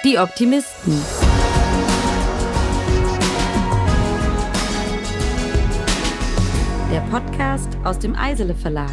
Die Optimisten. Der Podcast aus dem Eisele Verlag.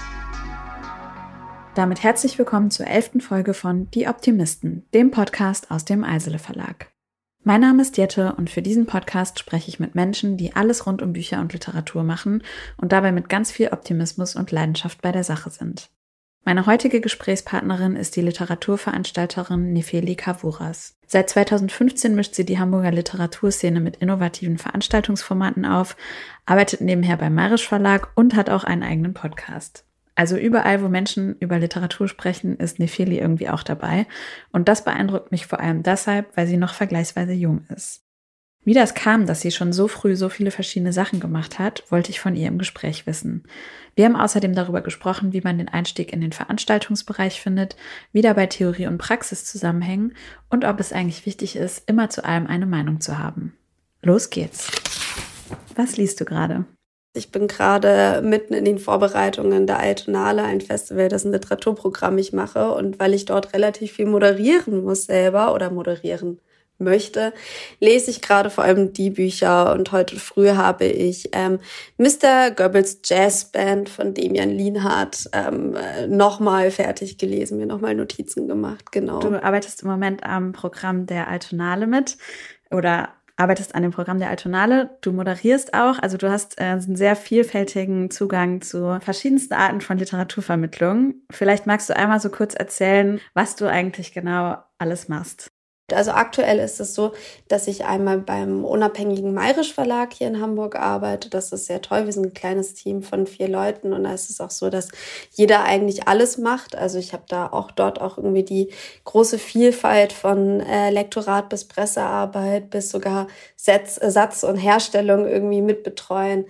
Damit herzlich willkommen zur 11. Folge von Die Optimisten, dem Podcast aus dem Eisele Verlag. Mein Name ist Jette und für diesen Podcast spreche ich mit Menschen, die alles rund um Bücher und Literatur machen und dabei mit ganz viel Optimismus und Leidenschaft bei der Sache sind. Meine heutige Gesprächspartnerin ist die Literaturveranstalterin Nefeli Kavuras. Seit 2015 mischt sie die Hamburger Literaturszene mit innovativen Veranstaltungsformaten auf, arbeitet nebenher beim Mayrisch Verlag und hat auch einen eigenen Podcast. Also überall, wo Menschen über Literatur sprechen, ist Nefeli irgendwie auch dabei. Und das beeindruckt mich vor allem deshalb, weil sie noch vergleichsweise jung ist. Wie das kam, dass sie schon so früh so viele verschiedene Sachen gemacht hat, wollte ich von ihr im Gespräch wissen. Wir haben außerdem darüber gesprochen, wie man den Einstieg in den Veranstaltungsbereich findet, wie dabei Theorie und Praxis zusammenhängen und ob es eigentlich wichtig ist, immer zu allem eine Meinung zu haben. Los geht's. Was liest du gerade? Ich bin gerade mitten in den Vorbereitungen der Altonale, ein Festival, das ein Literaturprogramm ich mache. Und weil ich dort relativ viel moderieren muss selber oder moderieren möchte, lese ich gerade vor allem die Bücher. Und heute früh habe ich Mr. Goebbels Jazzband von Demian Lienhardt nochmal fertig gelesen, mir nochmal Notizen gemacht. Genau. Du arbeitest im Moment am Programm der Altonale mit oder arbeitest an dem Programm der Altonale, du moderierst auch, also du hast einen sehr vielfältigen Zugang zu verschiedensten Arten von Literaturvermittlung. Vielleicht magst du einmal so kurz erzählen, was du eigentlich genau alles machst. Also aktuell ist es so, dass ich einmal beim unabhängigen Mayrisch Verlag hier in Hamburg arbeite. Das ist sehr toll. Wir sind ein kleines Team von 4 Leuten und da ist es auch so, dass jeder eigentlich alles macht. Also ich habe da auch dort auch irgendwie die große Vielfalt von Lektorat bis Pressearbeit bis sogar Satz und Herstellung irgendwie mitbetreuen.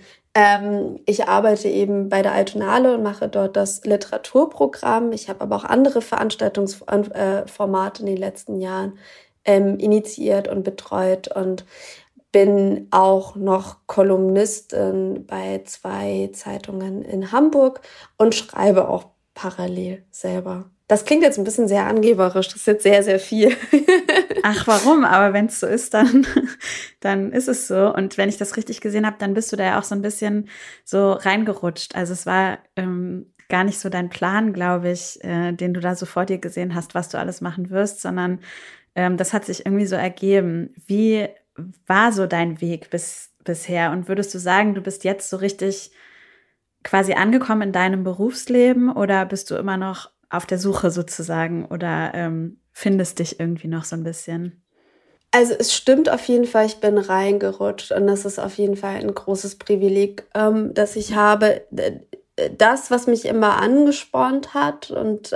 Ich arbeite eben bei der Altonale und mache dort das Literaturprogramm. Ich habe aber auch andere Veranstaltungsformate in den letzten Jahren initiiert und betreut und bin auch noch Kolumnistin bei 2 Zeitungen in Hamburg und schreibe auch parallel selber. Das klingt jetzt ein bisschen sehr angeberisch, das ist jetzt sehr, sehr viel. Ach, warum? Aber wenn es so ist, dann ist es so. Und wenn ich das richtig gesehen habe, dann bist du da ja auch so ein bisschen so reingerutscht. Also es war gar nicht so dein Plan, glaube ich, den du da so vor dir gesehen hast, was du alles machen wirst, sondern das hat sich irgendwie so ergeben. Wie war so dein Weg bisher? Und würdest du sagen, du bist jetzt so richtig quasi angekommen in deinem Berufsleben oder bist du immer noch auf der Suche sozusagen oder findest dich irgendwie noch so ein bisschen? Also es stimmt auf jeden Fall, ich bin reingerutscht und das ist auf jeden Fall ein großes Privileg, dass ich habe. Das, was mich immer angespornt hat und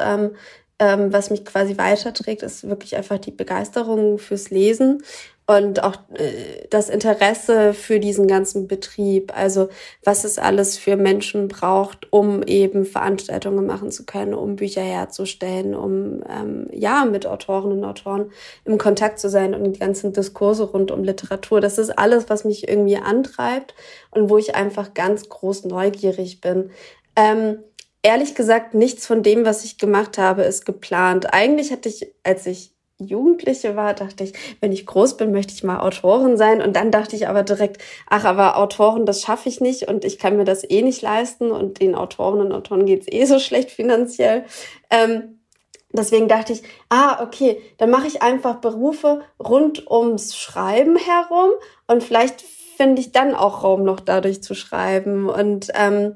was mich quasi weiterträgt, ist wirklich einfach die Begeisterung fürs Lesen und auch das Interesse für diesen ganzen Betrieb. Also was es alles für Menschen braucht, um eben Veranstaltungen machen zu können, um Bücher herzustellen, um mit Autorinnen und Autoren im Kontakt zu sein und die ganzen Diskurse rund um Literatur. Das ist alles, was mich irgendwie antreibt und wo ich einfach ganz groß neugierig bin. Ehrlich gesagt, nichts von dem, was ich gemacht habe, ist geplant. Eigentlich hatte ich, als ich Jugendliche war, dachte ich, wenn ich groß bin, möchte ich mal Autorin sein. Und dann dachte ich aber direkt, aber Autoren, das schaffe ich nicht und ich kann mir das eh nicht leisten und den Autorinnen und Autoren geht's eh so schlecht finanziell. Deswegen dachte ich, okay, dann mache ich einfach Berufe rund ums Schreiben herum und vielleicht finde ich dann auch Raum noch dadurch zu schreiben. Und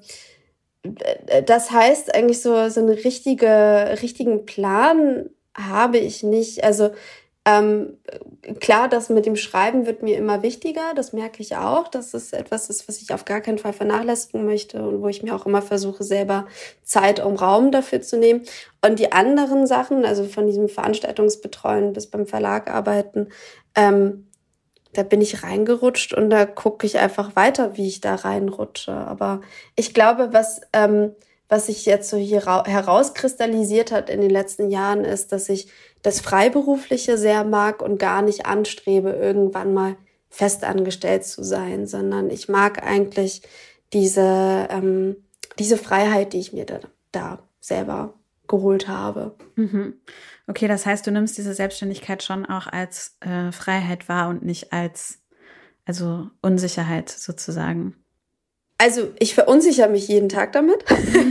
das heißt eigentlich so einen richtigen Plan habe ich nicht. Also klar, das mit dem Schreiben wird mir immer wichtiger. Das merke ich auch, dass es etwas ist, was ich auf gar keinen Fall vernachlässigen möchte und wo ich mir auch immer versuche, selber Zeit und Raum dafür zu nehmen. Und die anderen Sachen, also von diesem Veranstaltungsbetreuen bis beim Verlag arbeiten, da bin ich reingerutscht und da gucke ich einfach weiter, wie ich da reinrutsche. Aber ich glaube, was sich jetzt so hier herauskristallisiert hat in den letzten Jahren, ist, dass ich das Freiberufliche sehr mag und gar nicht anstrebe, irgendwann mal festangestellt zu sein, sondern ich mag eigentlich diese Freiheit, die ich mir da selber geholt habe. Okay, das heißt, du nimmst diese Selbstständigkeit schon auch als Freiheit wahr und nicht als Unsicherheit sozusagen. Also ich verunsichere mich jeden Tag damit.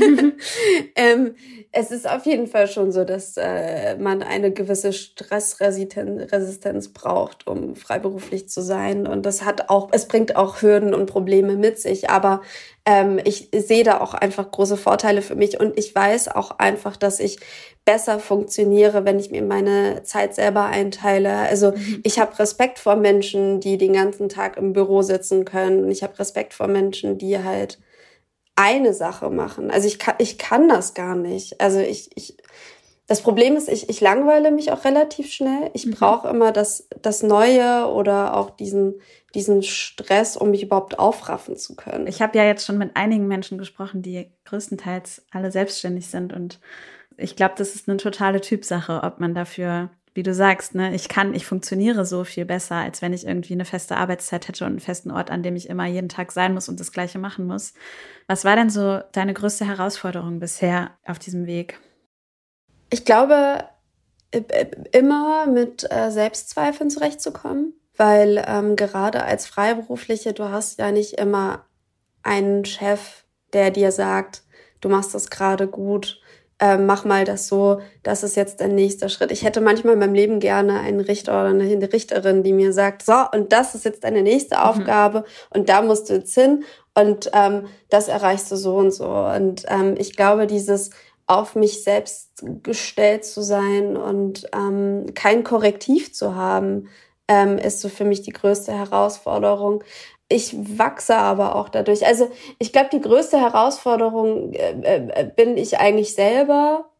Es ist auf jeden Fall schon so, dass man eine gewisse Stressresistenz braucht, um freiberuflich zu sein. Und es bringt auch Hürden und Probleme mit sich. Aber ich sehe da auch einfach große Vorteile für mich. Und ich weiß auch einfach, dass ich besser funktioniere, wenn ich mir meine Zeit selber einteile. Also ich habe Respekt vor Menschen, die den ganzen Tag im Büro sitzen können. Und ich habe Respekt vor Menschen, die halt eine Sache machen. Also ich kann das gar nicht. Also das Problem ist, ich langweile mich auch relativ schnell. Ich brauche immer das Neue oder auch diesen Stress, um mich überhaupt aufraffen zu können. Ich habe ja jetzt schon mit einigen Menschen gesprochen, die größtenteils alle selbstständig sind. Und ich glaube, das ist eine totale Typsache, ob man dafür, wie du sagst, ne, ich funktioniere so viel besser, als wenn ich irgendwie eine feste Arbeitszeit hätte und einen festen Ort, an dem ich immer jeden Tag sein muss und das Gleiche machen muss. Was war denn so deine größte Herausforderung bisher auf diesem Weg? Ich glaube, immer mit Selbstzweifeln zurechtzukommen, weil gerade als Freiberufliche, du hast ja nicht immer einen Chef, der dir sagt, du machst das gerade gut, mach mal das so, das ist jetzt der nächste Schritt. Ich hätte manchmal in meinem Leben gerne einen Richter oder eine Richterin, die mir sagt, so, und das ist jetzt deine nächste Aufgabe und da musst du jetzt hin und das erreichst du so und so. Und ich glaube, dieses auf mich selbst gestellt zu sein und kein Korrektiv zu haben, ist so für mich die größte Herausforderung. Ich wachse aber auch dadurch. Also ich glaube, die größte Herausforderung bin ich eigentlich selber.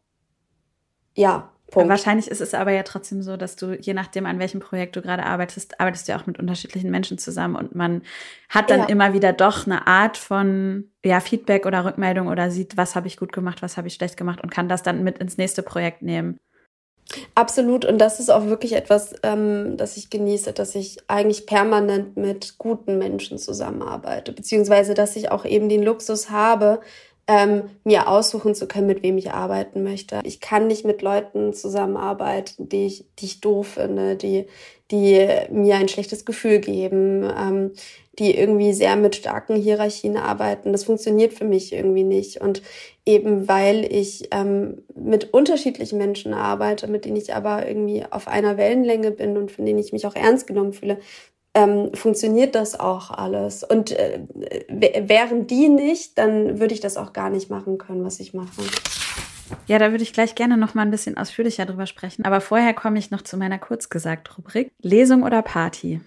Ja, Punkt. Wahrscheinlich ist es aber ja trotzdem so, dass du, je nachdem, an welchem Projekt du gerade arbeitest du ja auch mit unterschiedlichen Menschen zusammen und man hat dann immer wieder doch eine Art von Feedback oder Rückmeldung oder sieht, was habe ich gut gemacht, was habe ich schlecht gemacht und kann das dann mit ins nächste Projekt nehmen. Absolut. Und das ist auch wirklich etwas, das ich genieße, dass ich eigentlich permanent mit guten Menschen zusammenarbeite, beziehungsweise dass ich auch eben den Luxus habe, mir aussuchen zu können, mit wem ich arbeiten möchte. Ich kann nicht mit Leuten zusammenarbeiten, die ich doof finde, die mir ein schlechtes Gefühl geben, die irgendwie sehr mit starken Hierarchien arbeiten. Das funktioniert für mich irgendwie nicht. Und eben weil ich mit unterschiedlichen Menschen arbeite, mit denen ich aber irgendwie auf einer Wellenlänge bin und von denen ich mich auch ernst genommen fühle, funktioniert das auch alles. Und wären die nicht, dann würde ich das auch gar nicht machen können, was ich mache. Ja, da würde ich gleich gerne noch mal ein bisschen ausführlicher drüber sprechen. Aber vorher komme ich noch zu meiner Kurzgesagt-Rubrik. Lesung oder Party?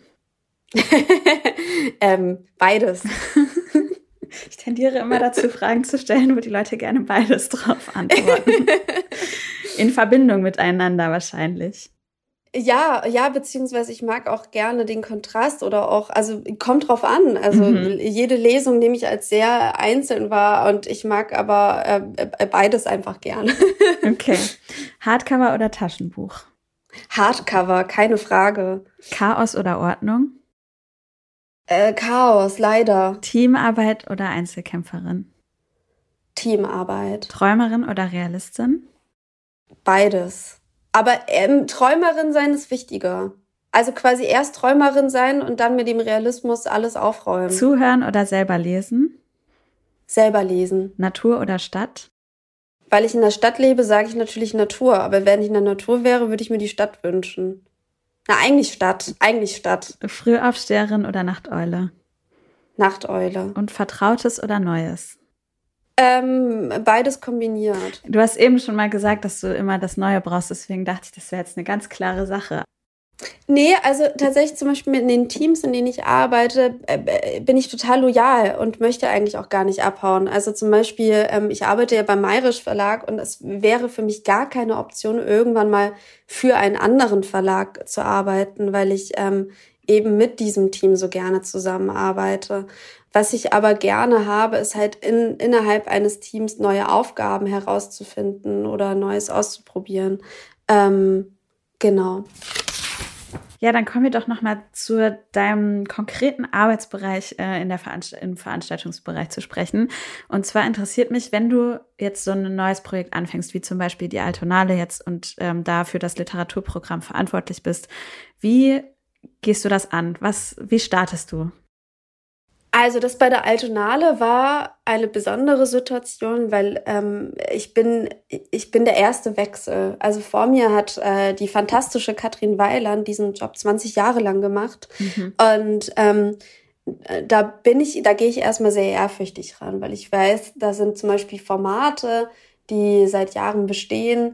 Beides. Ich tendiere immer dazu, Fragen zu stellen, wo die Leute gerne beides drauf antworten. In Verbindung miteinander wahrscheinlich. Ja, beziehungsweise ich mag auch gerne den Kontrast oder auch, also kommt drauf an. Also jede Lesung nehme ich als sehr einzeln wahr und ich mag aber beides einfach gerne. Okay. Hardcover oder Taschenbuch? Hardcover, keine Frage. Chaos oder Ordnung? Chaos, leider. Teamarbeit oder Einzelkämpferin? Teamarbeit. Träumerin oder Realistin? Beides. Aber Träumerin sein ist wichtiger. Also quasi erst Träumerin sein und dann mit dem Realismus alles aufräumen. Zuhören oder selber lesen? Selber lesen. Natur oder Stadt? Weil ich in der Stadt lebe, sage ich natürlich Natur. Aber wenn ich in der Natur wäre, würde ich mir die Stadt wünschen. Na, eigentlich Stadt. Frühaufsteherin oder Nachteule? Nachteule. Und Vertrautes oder Neues? Beides kombiniert. Du hast eben schon mal gesagt, dass du immer das Neue brauchst, deswegen dachte ich, das wäre jetzt eine ganz klare Sache. Nee, also tatsächlich zum Beispiel in den Teams, in denen ich arbeite, bin ich total loyal und möchte eigentlich auch gar nicht abhauen. Also zum Beispiel, ich arbeite ja beim Mayrisch Verlag und es wäre für mich gar keine Option, irgendwann mal für einen anderen Verlag zu arbeiten, weil ich eben mit diesem Team so gerne zusammenarbeite. Was ich aber gerne habe, ist halt innerhalb eines Teams neue Aufgaben herauszufinden oder Neues auszuprobieren. Genau. Ja, dann kommen wir doch nochmal zu deinem konkreten Arbeitsbereich im Veranstaltungsbereich zu sprechen. Und zwar interessiert mich, wenn du jetzt so ein neues Projekt anfängst, wie zum Beispiel die Altonale jetzt und da für das Literaturprogramm verantwortlich bist, wie gehst du das an? Wie startest du? Also das bei der Altonale war eine besondere Situation, weil ich bin der erste Wechsel. Also vor mir hat die fantastische Katrin Weiland diesen Job 20 Jahre lang gemacht. Und da gehe ich erstmal sehr ehrfürchtig ran, weil ich weiß, da sind zum Beispiel Formate, die seit Jahren bestehen.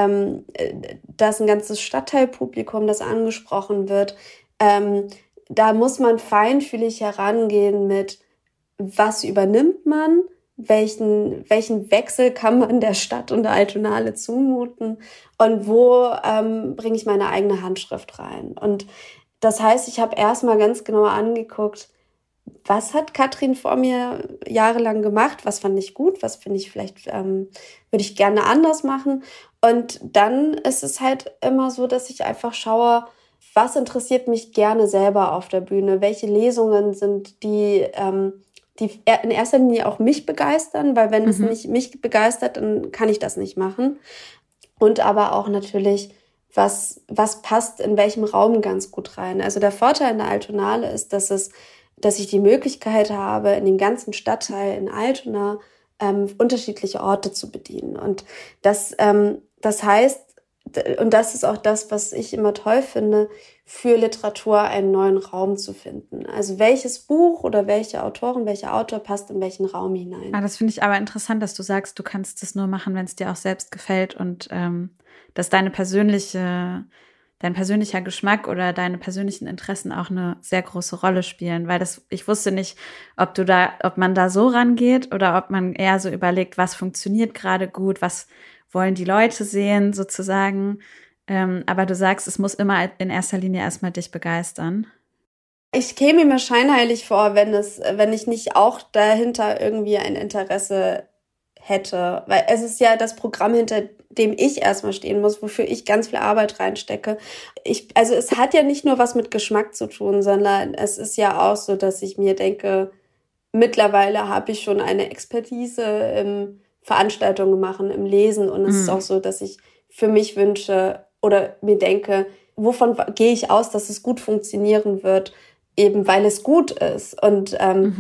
Da ist ein ganzes Stadtteilpublikum, das angesprochen wird. Da muss man feinfühlig herangehen mit, was übernimmt man, welchen Wechsel kann man der Stadt und der Altonale zumuten und wo bringe ich meine eigene Handschrift rein. Und das heißt, ich habe erstmal ganz genau angeguckt, was hat Katrin vor mir jahrelang gemacht, was fand ich gut, was finde ich vielleicht, würde ich gerne anders machen. Und dann ist es halt immer so, dass ich einfach schaue, was interessiert mich gerne selber auf der Bühne? Welche Lesungen sind die in erster Linie auch mich begeistern? Weil wenn es nicht mich begeistert, dann kann ich das nicht machen. Und aber auch natürlich, was passt in welchem Raum ganz gut rein? Also der Vorteil in der Altonale ist, dass ich die Möglichkeit habe, in dem ganzen Stadtteil in Altona unterschiedliche Orte zu bedienen. Und das heißt, und das ist auch das, was ich immer toll finde, für Literatur einen neuen Raum zu finden. Also welches Buch oder welche Autorin, welcher Autor passt in welchen Raum hinein. Das finde ich aber interessant, dass du sagst, du kannst das nur machen, wenn es dir auch selbst gefällt und dass dein persönlicher Geschmack oder deine persönlichen Interessen auch eine sehr große Rolle spielen, weil ich wusste nicht, ob man da so rangeht oder ob man eher so überlegt, was funktioniert gerade gut, was wollen die Leute sehen sozusagen. Aber du sagst, es muss immer in erster Linie erstmal dich begeistern. Ich käme mir scheinheilig vor, wenn ich nicht auch dahinter irgendwie ein Interesse hätte. Weil es ist ja das Programm, hinter dem ich erstmal stehen muss, wofür ich ganz viel Arbeit reinstecke. Also es hat ja nicht nur was mit Geschmack zu tun, sondern es ist ja auch so, dass ich mir denke, mittlerweile habe ich schon eine Expertise im Veranstaltungen machen, im Lesen. Und es ist auch so, dass ich für mich wünsche oder mir denke, wovon gehe ich aus, dass es gut funktionieren wird, eben weil es gut ist. Und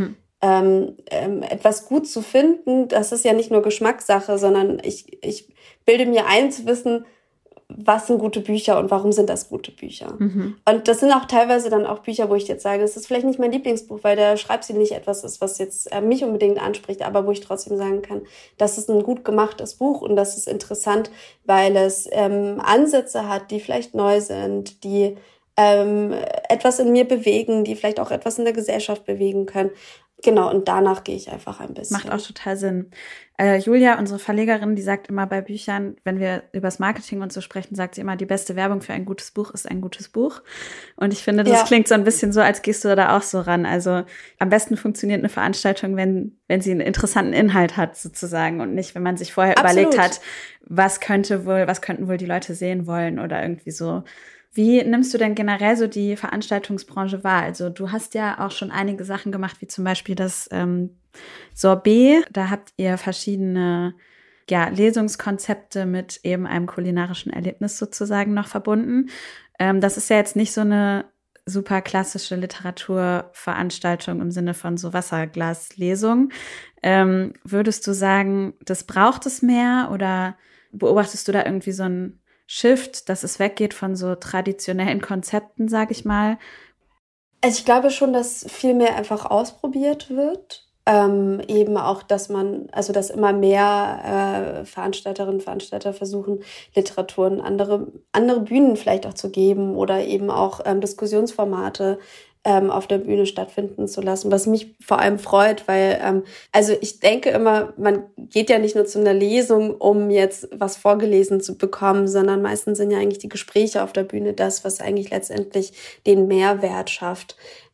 etwas gut zu finden, das ist ja nicht nur Geschmackssache, sondern ich bilde mir ein zu wissen, was sind gute Bücher und warum sind das gute Bücher. Und das sind auch teilweise dann auch Bücher, wo ich jetzt sage, es ist vielleicht nicht mein Lieblingsbuch, weil der Schreibstil nicht etwas ist, was jetzt mich unbedingt anspricht, aber wo ich trotzdem sagen kann, das ist ein gut gemachtes Buch und das ist interessant, weil es Ansätze hat, die vielleicht neu sind, die etwas in mir bewegen, die vielleicht auch etwas in der Gesellschaft bewegen können. Genau, und danach gehe ich einfach ein bisschen. Macht auch total Sinn. Julia, unsere Verlegerin, die sagt immer bei Büchern, wenn wir über das Marketing und so sprechen, sagt sie immer, die beste Werbung für ein gutes Buch ist ein gutes Buch. Und ich finde, das klingt so ein bisschen so, als gehst du da auch so ran. Also am besten funktioniert eine Veranstaltung, wenn sie einen interessanten Inhalt hat sozusagen und nicht, wenn man sich vorher überlegt hat, was könnten wohl die Leute sehen wollen oder irgendwie so. Wie nimmst du denn generell so die Veranstaltungsbranche wahr? Also du hast ja auch schon einige Sachen gemacht, wie zum Beispiel das Sorbet. Da habt ihr verschiedene Lesungskonzepte mit eben einem kulinarischen Erlebnis sozusagen noch verbunden. Das ist ja jetzt nicht so eine super klassische Literaturveranstaltung im Sinne von so Wasserglaslesung. Würdest du sagen, das braucht es mehr oder beobachtest du da irgendwie so ein Shift, dass es weggeht von so traditionellen Konzepten, sag ich mal? Also ich glaube schon, dass viel mehr einfach ausprobiert wird. Eben auch, dass immer mehr Veranstalterinnen und Veranstalter versuchen, Literaturen andere Bühnen vielleicht auch zu geben oder eben auch Diskussionsformate auf der Bühne stattfinden zu lassen, was mich vor allem freut, weil also ich denke immer, man geht ja nicht nur zu einer Lesung, um jetzt was vorgelesen zu bekommen, sondern meistens sind ja eigentlich die Gespräche auf der Bühne das, was eigentlich letztendlich den Mehrwert schafft.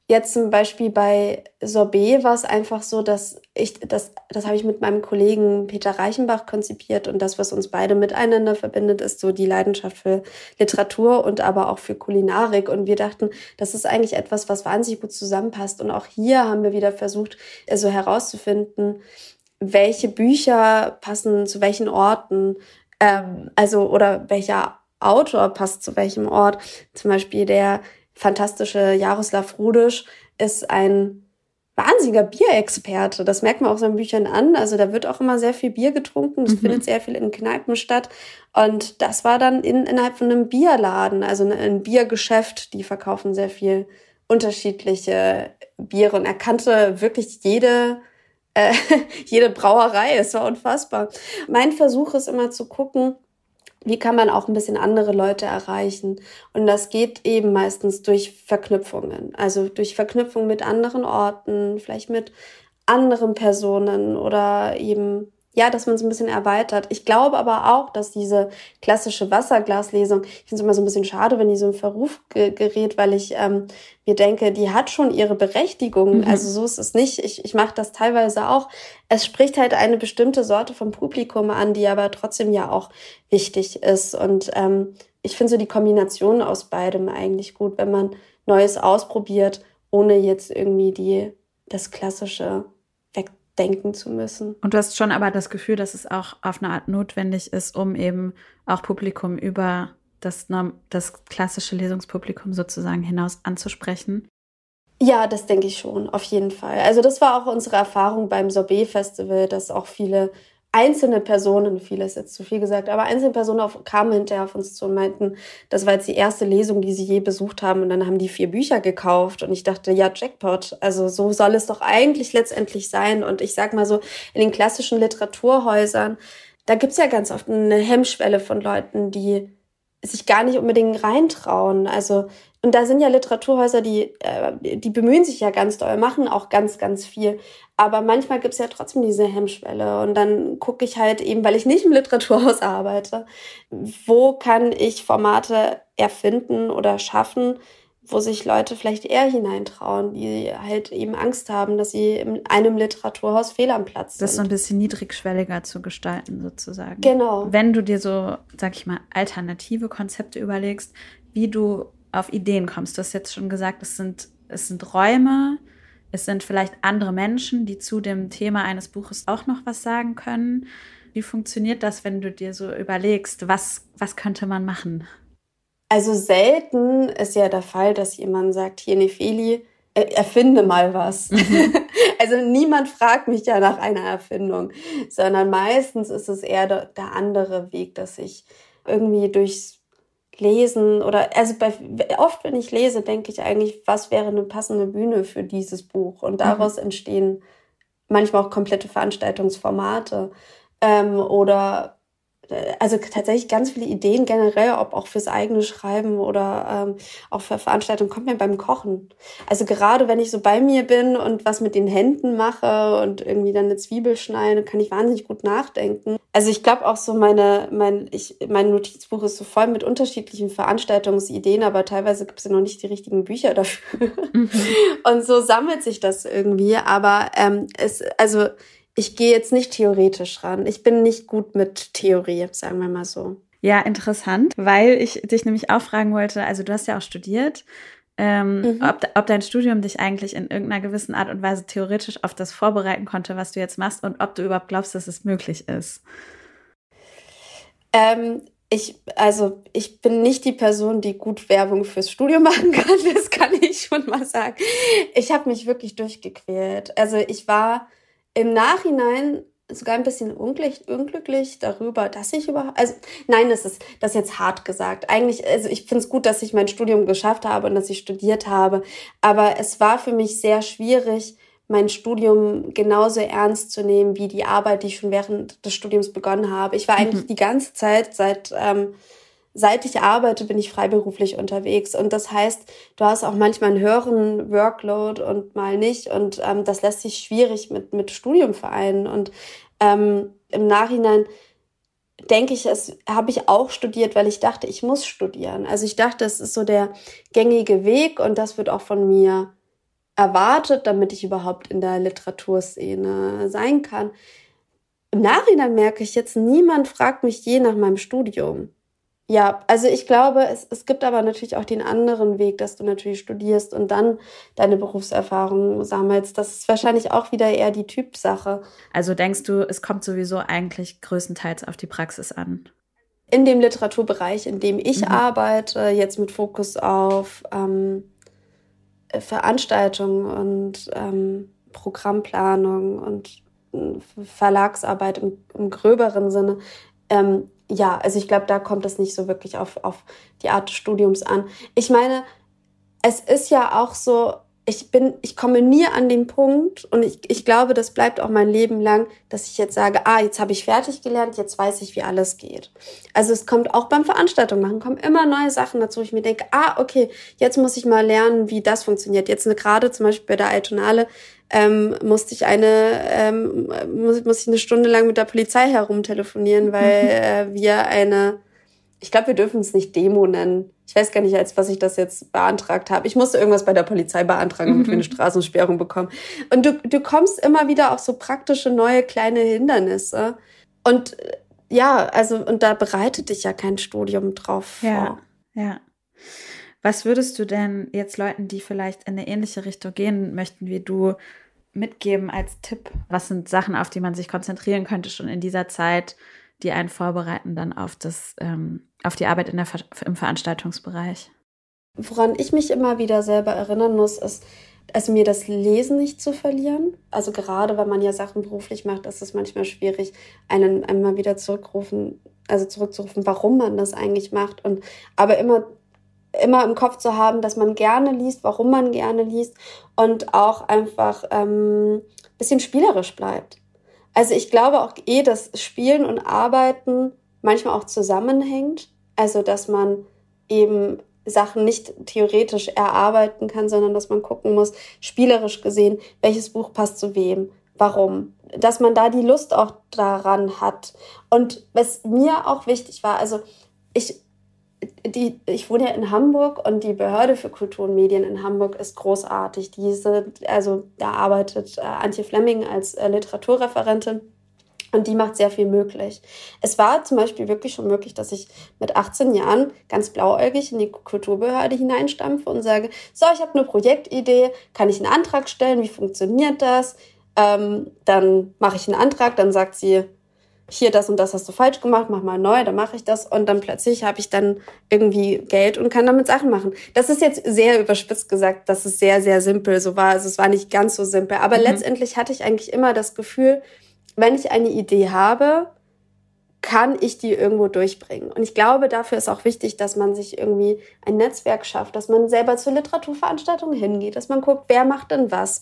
Jetzt zum Beispiel bei Sorbet war es einfach so, dass das habe ich mit meinem Kollegen Peter Reichenbach konzipiert und das, was uns beide miteinander verbindet, ist so die Leidenschaft für Literatur und aber auch für Kulinarik und wir dachten, das ist eigentlich etwas, was wahnsinnig gut zusammenpasst und auch hier haben wir wieder versucht, also herauszufinden, welche Bücher passen zu welchen Orten, oder welcher Autor passt zu welchem Ort. Zum Beispiel der fantastische Jaroslav Rudisch ist ein wahnsinniger Bierexperte. Das merkt man auch seinen Büchern an. Also da wird auch immer sehr viel Bier getrunken. Das findet sehr viel in Kneipen statt. Und das war dann innerhalb von einem Bierladen, also ein Biergeschäft. Die verkaufen sehr viel unterschiedliche Biere. Und er kannte wirklich jede Brauerei. Es war unfassbar. Mein Versuch ist immer zu gucken, wie kann man auch ein bisschen andere Leute erreichen? Und das geht eben meistens durch Verknüpfungen. Also durch Verknüpfung mit anderen Orten, vielleicht mit anderen Personen oder eben, ja, dass man es ein bisschen erweitert. Ich glaube aber auch, dass diese klassische Wasserglaslesung, ich finde es immer so ein bisschen schade, wenn die so in Verruf gerät, weil ich mir denke, die hat schon ihre Berechtigung. Also so ist es nicht. Ich mache das teilweise auch. Es spricht halt eine bestimmte Sorte vom Publikum an, die aber trotzdem ja auch wichtig ist. Und ich finde so die Kombination aus beidem eigentlich gut, wenn man Neues ausprobiert, ohne jetzt irgendwie das Klassische wegdenken zu müssen. Und du hast schon aber das Gefühl, dass es auch auf eine Art notwendig ist, um eben auch Publikum über das klassische Lesungspublikum sozusagen hinaus anzusprechen? Ja, das denke ich schon, auf jeden Fall. Also das war auch unsere Erfahrung beim Sorbet-Festival, dass auch viele einzelne Personen, viel ist jetzt zu viel gesagt, aber einzelne Personen kamen hinterher auf uns zu und meinten, das war jetzt die erste Lesung, die sie je besucht haben und dann haben die 4 Bücher gekauft und ich dachte, ja, Jackpot, also so soll es doch eigentlich letztendlich sein und ich sag mal so, in den klassischen Literaturhäusern, da gibt's ja ganz oft eine Hemmschwelle von Leuten, die sich gar nicht unbedingt reintrauen, also und da sind ja Literaturhäuser, die bemühen sich ja ganz doll, machen auch ganz, ganz viel. Aber manchmal gibt's ja trotzdem diese Hemmschwelle. Und dann gucke ich halt eben, weil ich nicht im Literaturhaus arbeite, wo kann ich Formate erfinden oder schaffen, wo sich Leute vielleicht eher hineintrauen, die halt eben Angst haben, dass sie in einem Literaturhaus fehl am Platz sind. Das so ein bisschen niedrigschwelliger zu gestalten sozusagen. Genau. Wenn du dir so, sag ich mal, alternative Konzepte überlegst, wie du auf Ideen kommst. Du hast jetzt schon gesagt, es sind Räume, es sind vielleicht andere Menschen, die zu dem Thema eines Buches auch noch was sagen können. Wie funktioniert das, wenn du dir so überlegst, was könnte man machen? Also selten ist ja der Fall, dass jemand sagt, hier Nefeli, erfinde mal was. Also niemand fragt mich ja nach einer Erfindung, sondern meistens ist es eher der andere Weg, dass ich irgendwie durchs Lesen oder, oft, wenn ich lese, denke ich eigentlich, was wäre eine passende Bühne für dieses Buch? Und daraus entstehen manchmal auch komplette Veranstaltungsformate, oder, also tatsächlich ganz viele Ideen generell, ob auch fürs eigene Schreiben oder auch für Veranstaltungen, kommt mir beim Kochen. Also gerade wenn ich so bei mir bin und was mit den Händen mache und irgendwie dann eine Zwiebel schneide, kann ich wahnsinnig gut nachdenken. Also ich glaube auch so, mein Notizbuch ist so voll mit unterschiedlichen Veranstaltungsideen, aber teilweise gibt es ja noch nicht die richtigen Bücher dafür. Und so sammelt sich das irgendwie. Aber ich gehe jetzt nicht theoretisch ran. Ich bin nicht gut mit Theorie, sagen wir mal so. Ja, interessant, weil ich dich nämlich auch fragen wollte, also du hast ja auch studiert, ob dein Studium dich eigentlich in irgendeiner gewissen Art und Weise theoretisch auf das vorbereiten konnte, was du jetzt machst und ob du überhaupt glaubst, dass es möglich ist. Ich bin nicht die Person, die gut Werbung fürs Studium machen kann, das kann ich schon mal sagen. Ich habe mich wirklich durchgequält. Also ich war im Nachhinein sogar ein bisschen unglücklich darüber, dass ich überhaupt, also nein, das ist jetzt hart gesagt. Eigentlich, also ich finde es gut, dass ich mein Studium geschafft habe und dass ich studiert habe, aber es war für mich sehr schwierig, mein Studium genauso ernst zu nehmen wie die Arbeit, die ich schon während des Studiums begonnen habe. Ich war eigentlich die ganze Zeit, seit ich arbeite, bin ich freiberuflich unterwegs. Und das heißt, du hast auch manchmal einen höheren Workload und mal nicht. Und das lässt sich schwierig mit Studium vereinen. Und im Nachhinein denke ich, habe ich auch studiert, weil ich dachte, ich muss studieren. Also ich dachte, es ist so der gängige Weg und das wird auch von mir erwartet, damit ich überhaupt in der Literaturszene sein kann. Im Nachhinein merke ich jetzt, niemand fragt mich je nach meinem Studium. Ja, also ich glaube, es gibt aber natürlich auch den anderen Weg, dass du natürlich studierst und dann deine Berufserfahrung sammelst. Das ist wahrscheinlich auch wieder eher die Typsache. Also denkst du, es kommt sowieso eigentlich größtenteils auf die Praxis an? In dem Literaturbereich, in dem ich arbeite, jetzt mit Fokus auf Veranstaltungen und Programmplanung und Verlagsarbeit im gröberen Sinne. Ja, also ich glaube, da kommt es nicht so wirklich auf die Art des Studiums an. Ich meine, es ist ja auch so, ich komme nie an den Punkt und ich glaube, das bleibt auch mein Leben lang, dass ich jetzt sage, jetzt habe ich fertig gelernt, jetzt weiß ich, wie alles geht. Also es kommt auch beim Veranstaltung machen, kommen immer neue Sachen dazu, wo ich mir denke, okay, jetzt muss ich mal lernen, wie das funktioniert. Jetzt gerade zum Beispiel bei der Altonale musste ich eine Stunde lang mit der Polizei herumtelefonieren, weil ich glaube, wir dürfen es nicht Demo nennen. Ich weiß gar nicht, als was ich das jetzt beantragt habe. Ich musste irgendwas bei der Polizei beantragen, damit wir eine Straßensperrung bekommen. Und du kommst immer wieder auf so praktische, neue, kleine Hindernisse. Und und da bereitet dich ja kein Studium drauf vor. Ja. Was würdest du denn jetzt Leuten, die vielleicht in eine ähnliche Richtung gehen möchten wie du, mitgeben als Tipp? Was sind Sachen, auf die man sich konzentrieren könnte schon in dieser Zeit, die einen vorbereiten dann auf die Arbeit im Veranstaltungsbereich? Woran ich mich immer wieder selber erinnern muss, ist, also mir das Lesen nicht zu verlieren. Also gerade wenn man ja Sachen beruflich macht, ist es manchmal schwierig, einen mal wieder zurückzurufen, warum man das eigentlich macht. Aber immer im Kopf zu haben, dass man gerne liest, warum man gerne liest und auch einfach bisschen spielerisch bleibt. Also ich glaube auch dass Spielen und Arbeiten manchmal auch zusammenhängt. Also dass man eben Sachen nicht theoretisch erarbeiten kann, sondern dass man gucken muss, spielerisch gesehen, welches Buch passt zu wem, warum. Dass man da die Lust auch daran hat. Und was mir auch wichtig war, also ich wohne ja in Hamburg und die Behörde für Kultur und Medien in Hamburg ist großartig. Da arbeitet Antje Flemming als Literaturreferentin und die macht sehr viel möglich. Es war zum Beispiel wirklich schon möglich, dass ich mit 18 Jahren ganz blauäugig in die Kulturbehörde hineinstampfe und sage, so, ich habe eine Projektidee, kann ich einen Antrag stellen, wie funktioniert das? Dann mache ich einen Antrag, dann sagt sie, hier, das und das hast du falsch gemacht, mach mal neu, dann mache ich das und dann plötzlich habe ich dann irgendwie Geld und kann damit Sachen machen. Das ist jetzt sehr überspitzt gesagt, dass es sehr, sehr simpel so war. Also es war nicht ganz so simpel, aber letztendlich hatte ich eigentlich immer das Gefühl, wenn ich eine Idee habe, kann ich die irgendwo durchbringen. Und ich glaube, dafür ist auch wichtig, dass man sich irgendwie ein Netzwerk schafft, dass man selber zu Literaturveranstaltungen hingeht, dass man guckt, wer macht denn was,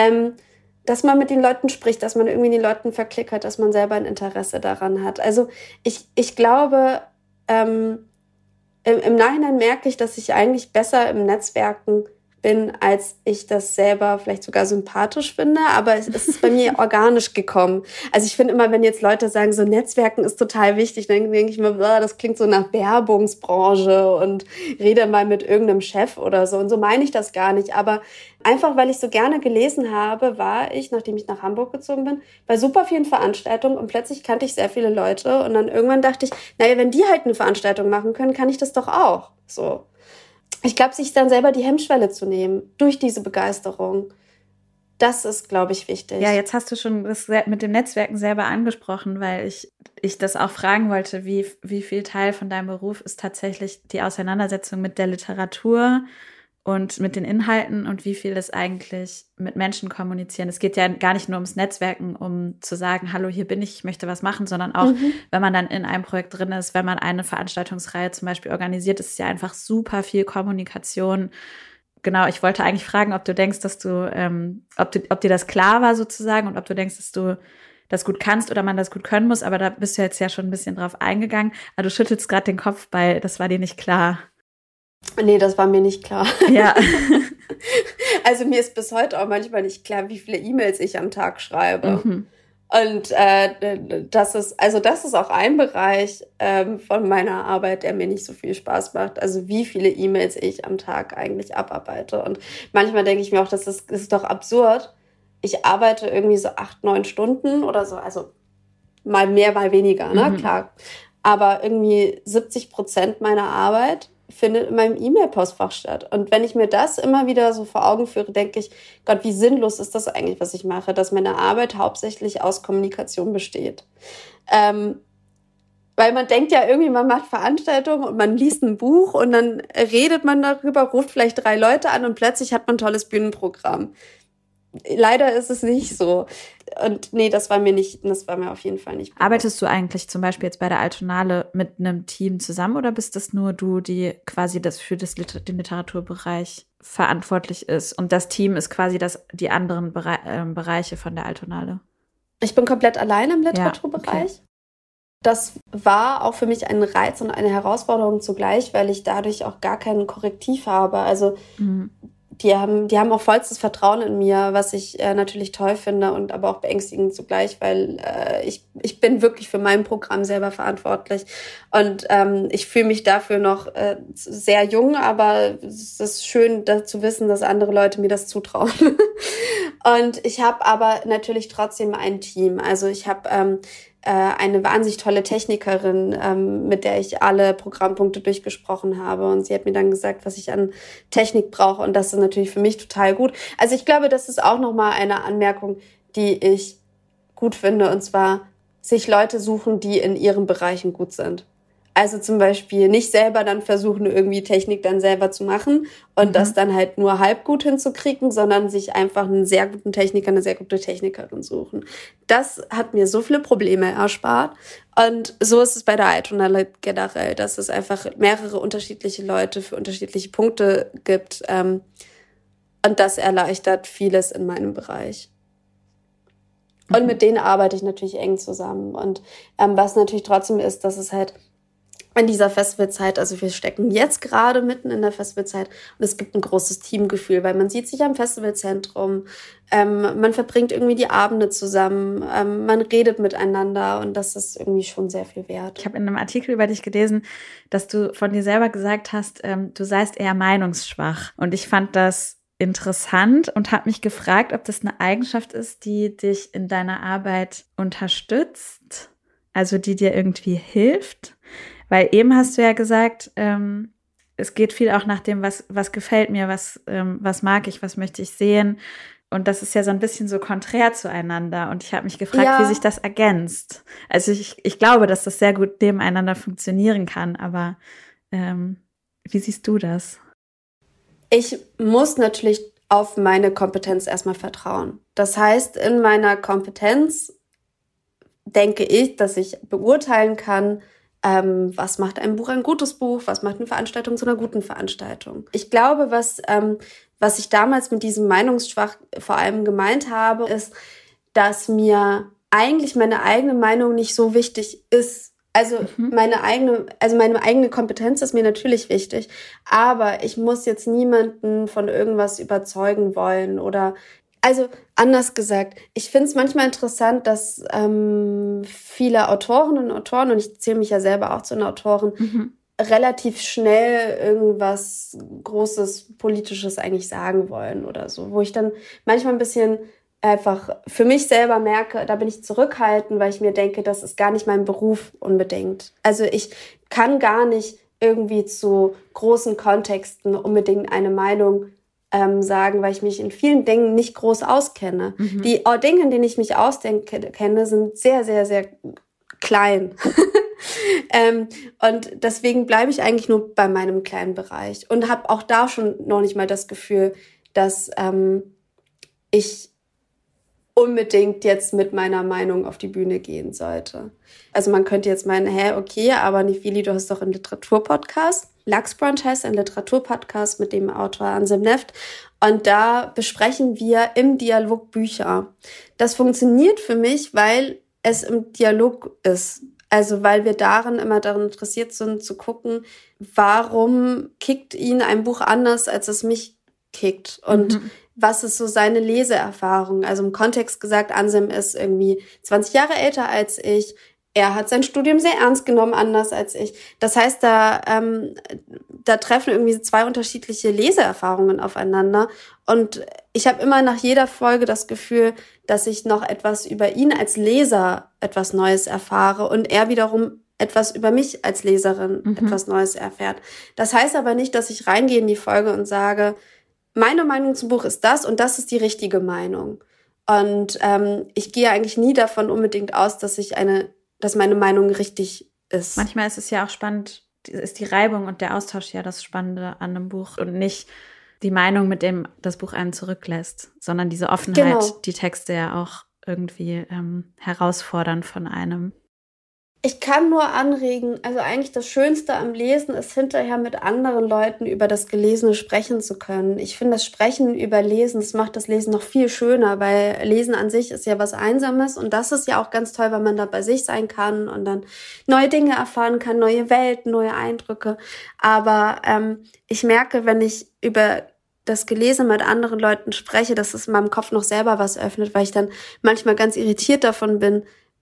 dass man mit den Leuten spricht, dass man irgendwie den Leuten verklickert, dass man selber ein Interesse daran hat. Also ich glaube, im Nachhinein merke ich, dass ich eigentlich besser im Netzwerken bin, als ich das selber vielleicht sogar sympathisch finde, aber es ist bei mir organisch gekommen. Also ich finde immer, wenn jetzt Leute sagen, so Netzwerken ist total wichtig, dann denke ich mir, das klingt so nach Werbungsbranche und rede mal mit irgendeinem Chef oder so. Und so meine ich das gar nicht. Aber einfach, weil ich so gerne gelesen habe, war ich, nachdem ich nach Hamburg gezogen bin, bei super vielen Veranstaltungen und plötzlich kannte ich sehr viele Leute und dann irgendwann dachte ich, naja, wenn die halt eine Veranstaltung machen können, kann ich das doch auch. So. Ich glaube, sich dann selber die Hemmschwelle zu nehmen durch diese Begeisterung, das ist, glaube ich, wichtig. Ja, jetzt hast du schon das mit dem Netzwerken selber angesprochen, weil ich das auch fragen wollte, wie viel Teil von deinem Beruf ist tatsächlich die Auseinandersetzung mit der Literatur und mit den Inhalten und wie viel ist eigentlich mit Menschen kommunizieren. Es geht ja gar nicht nur ums Netzwerken, um zu sagen, hallo, hier bin ich möchte was machen, sondern auch, wenn man dann in einem Projekt drin ist, wenn man eine Veranstaltungsreihe zum Beispiel organisiert, ist es ja einfach super viel Kommunikation. Genau, ich wollte eigentlich fragen, ob du denkst, dass ob dir das klar war sozusagen und ob du denkst, dass du das gut kannst oder man das gut können muss, aber da bist du jetzt ja schon ein bisschen drauf eingegangen. Aber du schüttelst gerade den Kopf, weil das war dir nicht klar. Nee, das war mir nicht klar. Ja. Also mir ist bis heute auch manchmal nicht klar, wie viele E-Mails ich am Tag schreibe. Und das ist auch ein Bereich von meiner Arbeit, der mir nicht so viel Spaß macht. Also wie viele E-Mails ich am Tag eigentlich abarbeite. Und manchmal denke ich mir auch, das ist doch absurd. Ich arbeite irgendwie so 8, 9 Stunden oder so, also mal mehr, mal weniger, ne, klar. Aber irgendwie 70% meiner Arbeit findet in meinem E-Mail-Postfach statt. Und wenn ich mir das immer wieder so vor Augen führe, denke ich, Gott, wie sinnlos ist das eigentlich, was ich mache, dass meine Arbeit hauptsächlich aus Kommunikation besteht. Weil man denkt ja irgendwie, man macht Veranstaltungen und man liest ein Buch und dann redet man darüber, ruft vielleicht 3 Leute an und plötzlich hat man ein tolles Bühnenprogramm. Leider ist es nicht so. Und nee, das war mir auf jeden Fall nicht bewusst. Arbeitest du eigentlich zum Beispiel jetzt bei der Altonale mit einem Team zusammen oder bist das nur du, die quasi den Literaturbereich verantwortlich ist? Und das Team ist quasi die anderen Bereiche von der Altonale? Ich bin komplett alleine im Literaturbereich. Ja, okay. Das war auch für mich ein Reiz und eine Herausforderung zugleich, weil ich dadurch auch gar kein Korrektiv habe. Also die haben auch vollstes Vertrauen in mir, was ich natürlich toll finde und aber auch beängstigend zugleich, weil ich bin wirklich für mein Programm selber verantwortlich und ich fühle mich dafür noch sehr jung, aber es ist schön zu wissen, dass andere Leute mir das zutrauen. Und ich habe aber natürlich trotzdem ein Team. Also ich habe eine wahnsinnig tolle Technikerin, mit der ich alle Programmpunkte durchgesprochen habe. Und sie hat mir dann gesagt, was ich an Technik brauche. Und das ist natürlich für mich total gut. Also ich glaube, das ist auch nochmal eine Anmerkung, die ich gut finde. Und zwar sich Leute suchen, die in ihren Bereichen gut sind. Also zum Beispiel nicht selber dann versuchen, irgendwie Technik dann selber zu machen und das dann halt nur halb gut hinzukriegen, sondern sich einfach einen sehr guten Techniker, eine sehr gute Technikerin suchen. Das hat mir so viele Probleme erspart. Und so ist es bei der Altonale generell, dass es einfach mehrere unterschiedliche Leute für unterschiedliche Punkte gibt. Und das erleichtert vieles in meinem Bereich. Und mit denen arbeite ich natürlich eng zusammen. Und was natürlich trotzdem ist, dass es halt in dieser Festivalzeit, also wir stecken jetzt gerade mitten in der Festivalzeit und es gibt ein großes Teamgefühl, weil man sieht sich am Festivalzentrum, man verbringt irgendwie die Abende zusammen, man redet miteinander und das ist irgendwie schon sehr viel wert. Ich habe in einem Artikel über dich gelesen, dass du von dir selber gesagt hast, du seist eher meinungsschwach und ich fand das interessant und habe mich gefragt, ob das eine Eigenschaft ist, die dich in deiner Arbeit unterstützt, also die dir irgendwie hilft. Weil eben hast du ja gesagt, es geht viel auch nach dem, was gefällt mir, was mag ich, was möchte ich sehen. Und das ist ja so ein bisschen so konträr zueinander. Und ich habe mich gefragt, wie sich das ergänzt. Also ich glaube, dass das sehr gut nebeneinander funktionieren kann. Aber wie siehst du das? Ich muss natürlich auf meine Kompetenz erstmal vertrauen. Das heißt, in meiner Kompetenz denke ich, dass ich beurteilen kann, was macht ein Buch ein gutes Buch, was macht eine Veranstaltung zu einer guten Veranstaltung. Ich glaube, was ich damals mit diesem Meinungsschwach vor allem gemeint habe, ist, dass mir eigentlich meine eigene Meinung nicht so wichtig ist. Also meine eigene Kompetenz ist mir natürlich wichtig, aber ich muss jetzt niemanden von irgendwas überzeugen wollen oder also anders gesagt, ich finde es manchmal interessant, dass viele Autorinnen und Autoren, und ich zähle mich ja selber auch zu den Autoren, relativ schnell irgendwas Großes, Politisches eigentlich sagen wollen oder so, wo ich dann manchmal ein bisschen einfach für mich selber merke, da bin ich zurückhaltend, weil ich mir denke, das ist gar nicht mein Beruf unbedingt. Also ich kann gar nicht irgendwie zu großen Kontexten unbedingt eine Meinung sagen, weil ich mich in vielen Dingen nicht groß auskenne. Die Dinge, in denen ich mich auskenne, sind sehr, sehr, sehr klein. Und deswegen bleibe ich eigentlich nur bei meinem kleinen Bereich und habe auch da schon noch nicht mal das Gefühl, dass ich unbedingt jetzt mit meiner Meinung auf die Bühne gehen sollte. Also man könnte jetzt meinen, okay, aber Nefeli, du hast doch einen Literaturpodcast. Lachsbrunch heißt ein Literaturpodcast mit dem Autor Anselm Neft. Und da besprechen wir im Dialog Bücher. Das funktioniert für mich, weil es im Dialog ist. Also weil wir darin interessiert sind, zu gucken, warum kickt ihn ein Buch anders, als es mich kickt und was ist so seine Leseerfahrung. Also im Kontext gesagt, Ansem ist irgendwie 20 Jahre älter als ich. Er hat sein Studium sehr ernst genommen, anders als ich. Das heißt, da treffen irgendwie 2 unterschiedliche Leseerfahrungen aufeinander. Und ich habe immer nach jeder Folge das Gefühl, dass ich noch etwas über ihn als Leser etwas Neues erfahre und er wiederum etwas über mich als Leserin etwas Neues erfährt. Das heißt aber nicht, dass ich reingehe in die Folge und sage, meine Meinung zum Buch ist das und das ist die richtige Meinung. Und ich gehe eigentlich nie davon unbedingt aus, dass meine Meinung richtig ist. Manchmal ist es ja auch spannend, ist die Reibung und der Austausch ja das Spannende an einem Buch und nicht die Meinung, mit dem das Buch einen zurücklässt, sondern diese Offenheit, die Texte ja auch irgendwie herausfordern von einem. Ich kann nur anregen, also eigentlich das Schönste am Lesen ist hinterher mit anderen Leuten über das Gelesene sprechen zu können. Ich finde das Sprechen über Lesen, das macht das Lesen noch viel schöner, weil Lesen an sich ist ja was Einsames und das ist ja auch ganz toll, weil man da bei sich sein kann und dann neue Dinge erfahren kann, neue Welten, neue Eindrücke. Aber ich merke, wenn ich über das Gelesene mit anderen Leuten spreche, dass es in meinem Kopf noch selber was öffnet, weil ich dann manchmal ganz irritiert davon bin,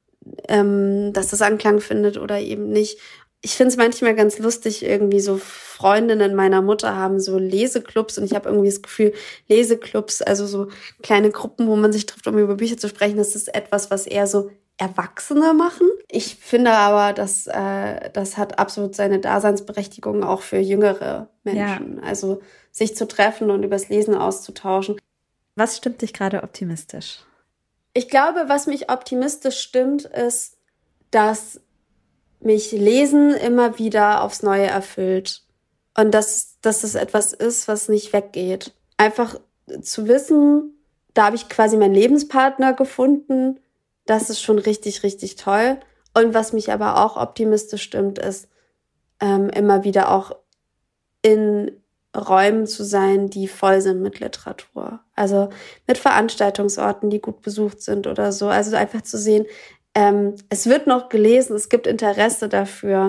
dass das Anklang findet oder eben nicht. Ich finde es manchmal ganz lustig, irgendwie so Freundinnen meiner Mutter haben so Leseclubs und ich habe irgendwie das Gefühl, Leseclubs, also so kleine Gruppen, wo man sich trifft, um über Bücher zu sprechen, das ist etwas, was eher so Erwachsene machen. Ich finde aber, das hat absolut seine Daseinsberechtigung auch für jüngere Menschen. Ja. Also sich zu treffen und übers Lesen auszutauschen. Was stimmt dich gerade optimistisch? Ich glaube, was mich optimistisch stimmt, ist, dass mich Lesen immer wieder aufs Neue erfüllt. Und dass es etwas ist, was nicht weggeht. Einfach zu wissen, da habe ich quasi meinen Lebenspartner gefunden. Das ist schon richtig, richtig toll. Und was mich aber auch optimistisch stimmt, ist, immer wieder auch in Räumen zu sein, die voll sind mit Literatur. Also mit Veranstaltungsorten, die gut besucht sind oder so. Also einfach zu sehen, es wird noch gelesen, es gibt Interesse dafür.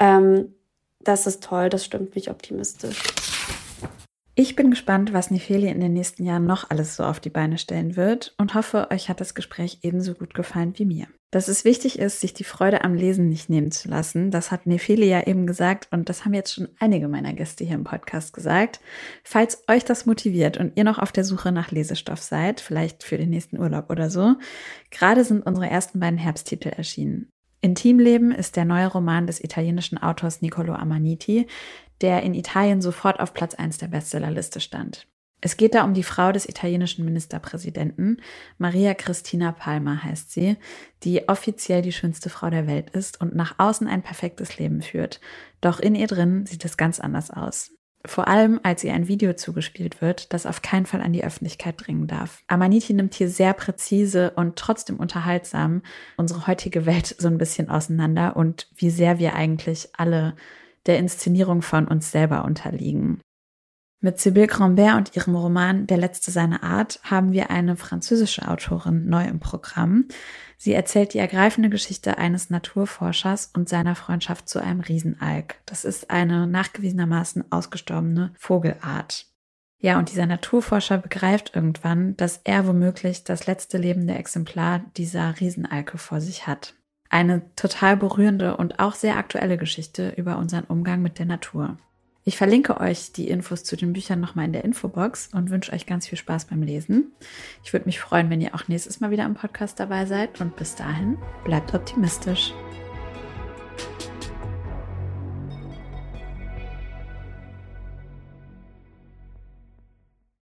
Das ist toll, das stimmt mich optimistisch. Ich bin gespannt, was Nefeli in den nächsten Jahren noch alles so auf die Beine stellen wird und hoffe, euch hat das Gespräch ebenso gut gefallen wie mir. Dass es wichtig ist, sich die Freude am Lesen nicht nehmen zu lassen, das hat Nefeli ja eben gesagt und das haben jetzt schon einige meiner Gäste hier im Podcast gesagt. Falls euch das motiviert und ihr noch auf der Suche nach Lesestoff seid, vielleicht für den nächsten Urlaub oder so, gerade sind unsere ersten beiden Herbsttitel erschienen. Intimleben ist der neue Roman des italienischen Autors Niccolò Amaniti, der in Italien sofort auf Platz 1 der Bestsellerliste stand. Es geht da um die Frau des italienischen Ministerpräsidenten, Maria Cristina Palmer heißt sie, die offiziell die schönste Frau der Welt ist und nach außen ein perfektes Leben führt. Doch in ihr drin sieht es ganz anders aus. Vor allem, als ihr ein Video zugespielt wird, das auf keinen Fall an die Öffentlichkeit dringen darf. Amaniti nimmt hier sehr präzise und trotzdem unterhaltsam unsere heutige Welt so ein bisschen auseinander und wie sehr wir eigentlich alle der Inszenierung von uns selber unterliegen. Mit Sybille Grambert und ihrem Roman Der letzte seiner Art haben wir eine französische Autorin neu im Programm. Sie erzählt die ergreifende Geschichte eines Naturforschers und seiner Freundschaft zu einem Riesenalk. Das ist eine nachgewiesenermaßen ausgestorbene Vogelart. Ja, und dieser Naturforscher begreift irgendwann, dass er womöglich das letzte lebende Exemplar dieser Riesenalke vor sich hat. Eine total berührende und auch sehr aktuelle Geschichte über unseren Umgang mit der Natur. Ich verlinke euch die Infos zu den Büchern nochmal in der Infobox und wünsche euch ganz viel Spaß beim Lesen. Ich würde mich freuen, wenn ihr auch nächstes Mal wieder am Podcast dabei seid und bis dahin bleibt optimistisch.